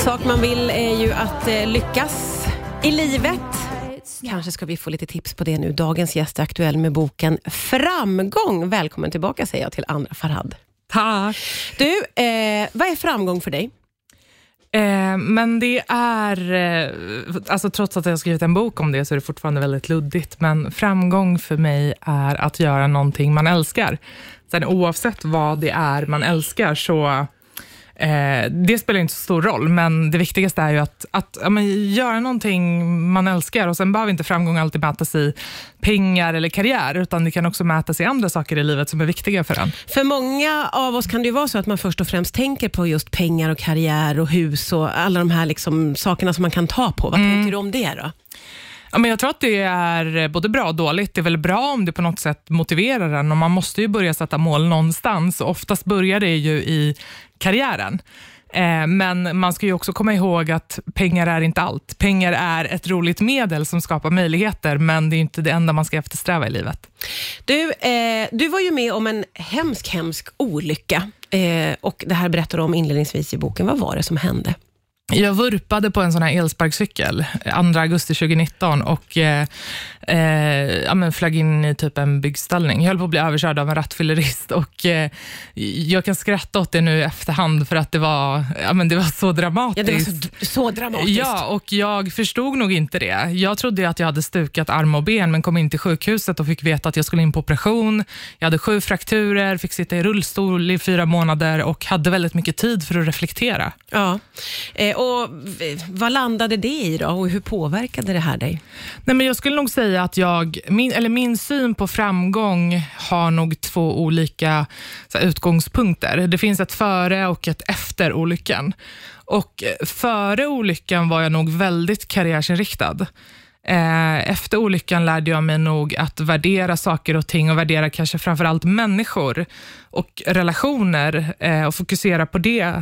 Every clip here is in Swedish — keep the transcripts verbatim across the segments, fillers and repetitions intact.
sak man vill är ju att eh, lyckas i livet. Kanske ska vi få lite tips på det nu. Dagens gäst är aktuell med boken Framgång. Välkommen tillbaka säger jag till Andra Farhad. Tack. Du, eh, vad är framgång för dig? Eh, men det är, eh, alltså trots att jag har skrivit en bok om det så är det fortfarande väldigt luddigt. Men framgång för mig är att göra någonting man älskar. Sen oavsett vad det är man älskar så... Eh, det spelar inte så stor roll, men det viktigaste är ju att, att ja, men, göra någonting man älskar, och sen behöver inte framgång alltid mätas i pengar eller karriär, utan det kan också mätas i andra saker i livet som är viktiga för en. För många av oss kan det ju vara så att man först och främst tänker på just pengar och karriär och hus och alla de här liksom sakerna som man kan ta på. Vad mm. tänker du om det då? Ja, men jag tror att det är både bra och dåligt. Det är väl bra om det på något sätt motiverar en, och man måste ju börja sätta mål någonstans. Oftast börjar det ju i karriären. Eh, men man ska ju också komma ihåg att pengar är inte allt. Pengar är ett roligt medel som skapar möjligheter, men det är inte det enda man ska eftersträva i livet. Du, eh, du var ju med om en hemsk, hemsk olycka. Eh, och det här berättar du om inledningsvis i boken. Vad var det som hände? Jag vurpade på en sån här elsparkcykel andra augusti tjugonitton och eh, eh, ja, men flög in i typ en byggställning. Jag höll på att bli överkörd av en rattfyllerist, och eh, jag kan skratta åt det nu i efterhand för att det var, ja, men det var så dramatiskt. Ja, det var så, så dramatiskt. Ja, och jag förstod nog inte det. Jag trodde att jag hade stukat arm och ben, men kom in till sjukhuset och fick veta att jag skulle in på operation. Jag hade sju frakturer, fick sitta i rullstol i fyra månader och hade väldigt mycket tid för att reflektera. Ja, eh, och vad landade det i då? Och hur påverkade det här dig? Nej, men jag skulle nog säga att jag, min, eller min syn på framgång har nog två olika så här, utgångspunkter. Det finns ett före och ett efter olyckan. Och före olyckan var jag nog väldigt karriärsinriktad. Efter olyckan lärde jag mig nog att värdera saker och ting, och värdera kanske framförallt människor och relationer, och fokusera på det,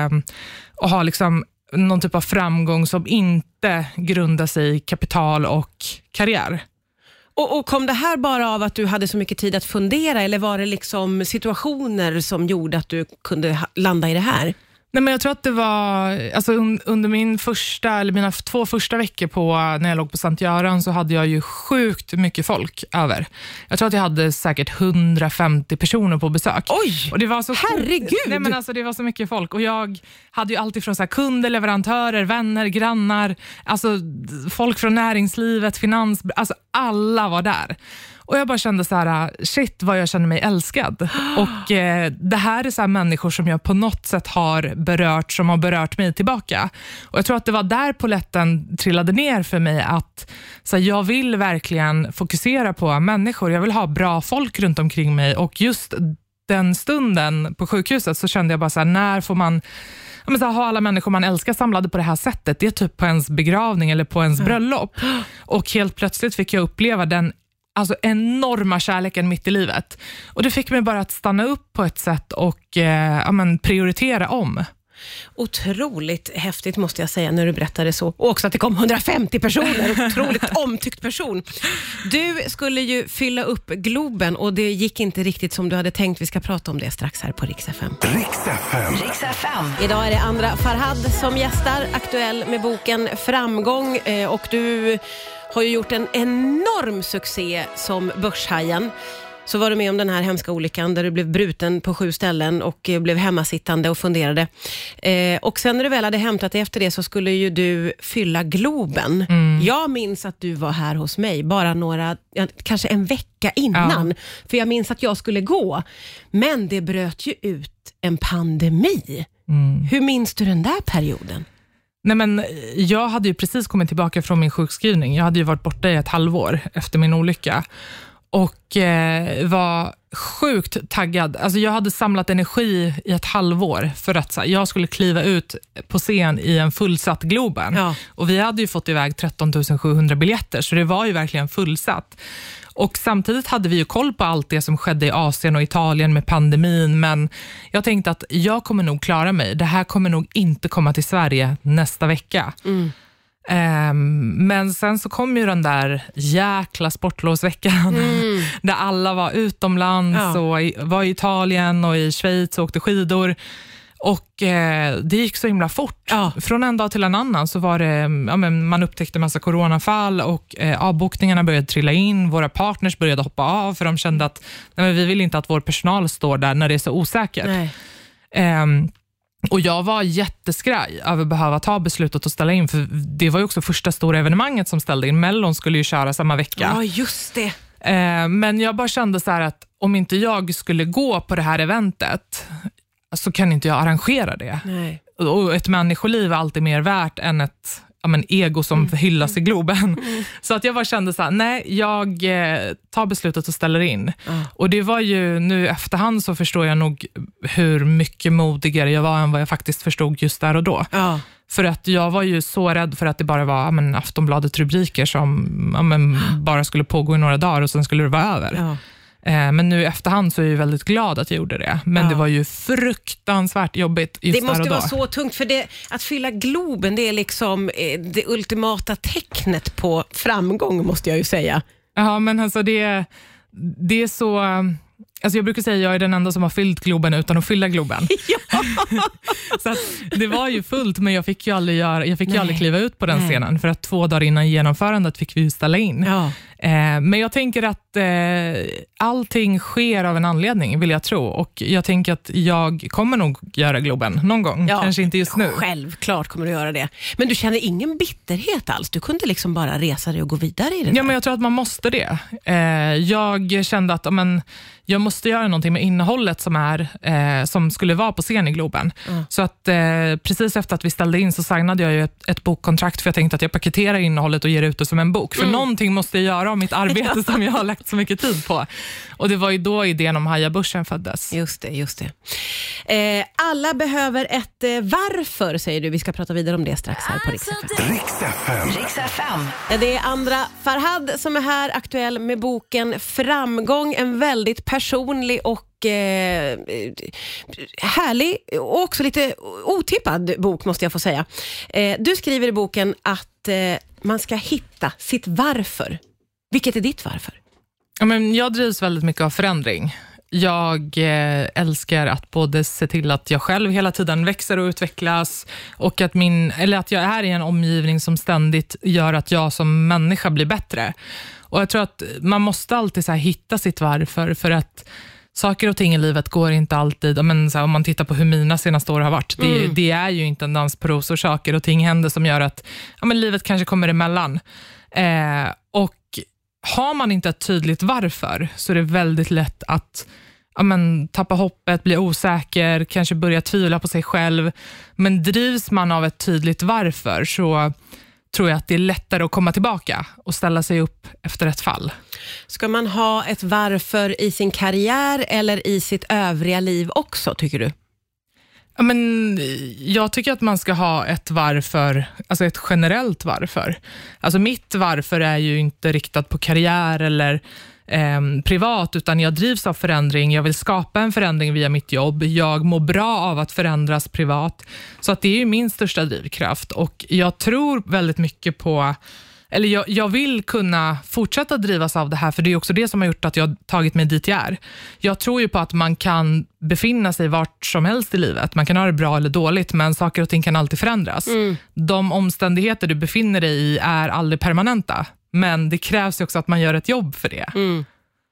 och ha liksom någon typ av framgång som inte grundar sig i kapital och karriär. Och, och kom det här bara av att du hade så mycket tid att fundera, eller var det liksom situationer som gjorde att du kunde ha, landa i det här? Nej, men jag tror att det var alltså un, under min första eller mina två första veckor på när jag låg på Sankt Göran, så hade jag ju sjukt mycket folk över. Jag tror att jag hade säkert hundrafemtio personer på besök. Oj! Och det var så herregud. Nej, men alltså det var så mycket folk, och jag hade ju alltid från så här kunder, leverantörer, vänner, grannar, alltså folk från näringslivet, finans, alltså alla var där. Och jag bara kände så här, shit vad jag känner mig älskad. Och eh, det här är så här människor som jag på något sätt har berört, som har berört mig tillbaka. Och jag tror att det var där poletten trillade ner för mig, att så här, jag vill verkligen fokusera på människor. Jag vill ha bra folk runt omkring mig, och just den stunden på sjukhuset så kände jag bara så här, när får man men så här, ha alla människor man älskar samlade på det här sättet? Det är typ på ens begravning eller på ens bröllop. Och helt plötsligt fick jag uppleva den alltså enorma kärleken mitt i livet. Och det fick mig bara att stanna upp på ett sätt och eh, ja, men prioritera om. Otroligt häftigt måste jag säga när du berättade så. Och också att det kom hundrafemtio personer. Otroligt omtyckt person. Du skulle ju fylla upp Globen, och det gick inte riktigt som du hade tänkt. Vi ska prata om det strax här på Rix F M. Rix F M. Rix F M. Idag är det Andra Farhad som gästar, aktuell med boken Framgång. Och du har ju gjort en enorm succé som börshajen. Så var du med om den här hemska olyckan där du blev bruten på sju ställen och blev hemmasittande och funderade. Eh, och sen när du väl hade hämtat dig efter det, så skulle ju du fylla Globen. Mm. Jag minns att du var här hos mig bara några, ja, kanske en vecka innan. Ja. För jag minns att jag skulle gå. Men det bröt ju ut en pandemi. Mm. Hur minns du den där perioden? Nej, men jag hade ju precis kommit tillbaka från min sjukskrivning. Jag hade ju varit borta i ett halvår efter min olycka. Och eh, var sjukt taggad. Alltså jag hade samlat energi i ett halvår för att så, jag skulle kliva ut på scen i en fullsatt Globen. Ja. Och vi hade ju fått iväg tretton tusen sjuhundra biljetter, så det var ju verkligen fullsatt. Och samtidigt hade vi ju koll på allt det som skedde i Asien och Italien med pandemin. Men jag tänkte att jag kommer nog klara mig. Det här kommer nog inte komma till Sverige nästa vecka. Mm. Um, men sen så kom ju den där jäkla sportlovsveckan mm. där alla var utomlands, ja. och i, var i Italien och i Schweiz och åkte skidor. Och eh, det gick så himla fort. Ja. Från en dag till en annan så var det, ja, men man upptäckte massa coronafall och eh, avbokningarna började trilla in. Våra partners började hoppa av för de kände att nej, men vi vill inte att vår personal står där när det är så osäkert. Nej. Eh, och jag var jätteskraj över att behöva ta beslutet att ställa in, för det var ju också första stora evenemanget som ställde in. Mellon skulle ju köra samma vecka. Ja, just det. Eh, men jag bara kände så här att om inte jag skulle gå på det här eventet så kan inte jag arrangera det. Nej. Och ett människoliv är alltid mer värt än ett ja, men ego som mm. hyllas i Globen. Mm. Så att jag bara kände så här, nej, jag eh, tar beslutet och ställer in. Mm. Och det var ju, nu efterhand så förstår jag nog hur mycket modigare jag var än vad jag faktiskt förstod just där och då. Mm. För att jag var ju så rädd för att det bara var ja, men, Aftonbladet-rubriker som ja, men, bara skulle pågå i några dagar och sen skulle det vara över. Mm. Men nu i efterhand så är jag väldigt glad att jag gjorde det. Men ja. det var ju fruktansvärt jobbigt just det måste där och vara då. så tungt, för det, att fylla Globen, det är liksom det ultimata tecknet på framgång, måste jag ju säga. Ja, men alltså det, det är så... Alltså jag brukar säga att jag är den enda som har fyllt Globen utan att fylla Globen. Ja. Så att det var ju fullt, men jag fick ju aldrig, göra, jag fick ju aldrig kliva ut på den Nej. scenen. För att två dagar innan genomförandet fick vi ju ställa in. Ja. Eh, men jag tänker att eh, allting sker av en anledning, vill jag tro. Och jag tänker att jag kommer nog göra Globen någon gång. Ja, kanske inte just nu. Självklart kommer du göra det. Men du känner ingen bitterhet alls? Du kunde liksom bara resa dig och gå vidare i det? Ja, men jag tror att man måste det. Eh, jag kände att men, jag måste göra någonting med innehållet som, är, eh, som skulle vara på scen i Globen. Mm. Så att eh, precis efter att vi ställde in så signade jag ju ett, ett bokkontrakt, för jag tänkte att jag paketerar innehållet och ger ut det som en bok. För mm. någonting måste jag göra av mitt arbete som jag har lagt så mycket tid på. Och det var ju då idén om Haja Börsen föddes. Just det, just det. Eh, alla behöver ett eh, varför, säger du. Vi ska prata vidare om det strax här på Rix F M. Rix F M. Rix F M. Det är Andra Farhad som är här, aktuell med boken Framgång. En väldigt personlig och eh, härlig och också lite otippad bok, måste jag få säga. Eh, du skriver i boken att eh, man ska hitta sitt varför. Vilket är ditt varför? Ja, men jag drivs väldigt mycket av förändring. Jag eh, älskar att både se till att jag själv hela tiden växer och utvecklas, och att, min, eller att jag är i en omgivning som ständigt gör att jag som människa blir bättre. Och jag tror att man måste alltid så här hitta sitt varför, för att saker och ting i livet går inte alltid, men så här, om man tittar på hur mina senaste år har varit, det, mm. det är ju inte en dans på rosor. Saker och ting händer som gör att ja, men livet kanske kommer emellan. Eh, och har man inte ett tydligt varför så är det väldigt lätt att ja, men, tappa hoppet, bli osäker, kanske börja tvivla på sig själv. Men drivs man av ett tydligt varför så tror jag att det är lättare att komma tillbaka och ställa sig upp efter ett fall. Ska man ha ett varför i sin karriär eller i sitt övriga liv också, tycker du? Ja, men jag tycker att man ska ha ett varför, alltså ett generellt varför. Alltså mitt varför är ju inte riktat på karriär eller eh, privat, utan jag drivs av förändring. Jag vill skapa en förändring via mitt jobb. Jag mår bra av att förändras privat. Så att det är ju min största drivkraft, och jag tror väldigt mycket på... Eller jag, jag vill kunna fortsätta drivas av det här, för det är också det som har gjort att jag har tagit mig dit jag är. Jag tror ju på att man kan befinna sig vart som helst i livet. Man kan ha det bra eller dåligt, men saker och ting kan alltid förändras. Mm. De omständigheter du befinner dig i är aldrig permanenta, men det krävs ju också att man gör ett jobb för det. Mm.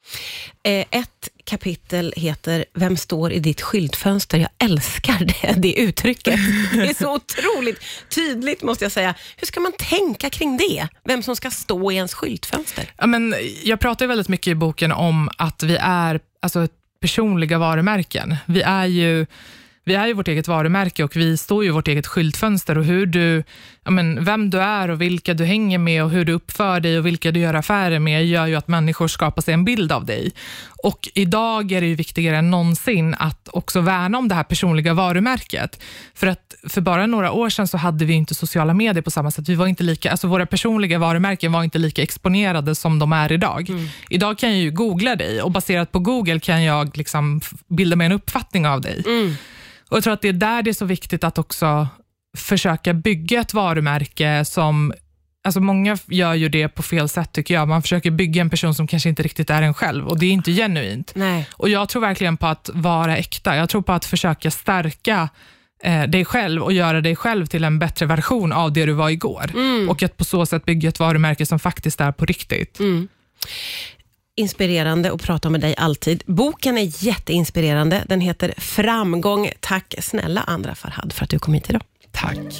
Eh, ett kapitel heter Vem står i ditt skyltfönster? Jag älskar det, det uttrycket. Det är så otroligt tydligt, måste jag säga. Hur ska man tänka kring det? Vem som ska stå i ens skyltfönster? Ja, men jag pratar ju väldigt mycket i boken om att vi är alltså, personliga varumärken. Vi är ju Vi är ju vårt eget varumärke, och vi står ju i vårt eget skyltfönster, och hur du, ja men, vem du är och vilka du hänger med och hur du uppför dig och vilka du gör affärer med gör ju att människor skapar sig en bild av dig. Och idag är det ju viktigare än någonsin att också värna om det här personliga varumärket. För att för bara några år sedan så hade vi inte sociala medier på samma sätt. Vi var inte lika, alltså våra personliga varumärken var inte lika exponerade som de är idag. Mm. Idag kan jag ju googla dig, och baserat på Google kan jag liksom bilda mig en uppfattning av dig. Mm. Och jag tror att det är där det är så viktigt att också försöka bygga ett varumärke som, alltså många gör ju det på fel sätt tycker jag. Man försöker bygga en person som kanske inte riktigt är en själv, och det är inte genuint. Nej. Och jag tror verkligen på att vara äkta. Jag tror på att försöka stärka eh, dig själv och göra dig själv till en bättre version av det du var igår. Mm. Och att på så sätt bygga ett varumärke som faktiskt är på riktigt. Mm. Inspirerande att prata med dig alltid. Boken är jätteinspirerande. Den heter Framgång. Tack snälla Andra Farhad för att du kom hit idag. Tack.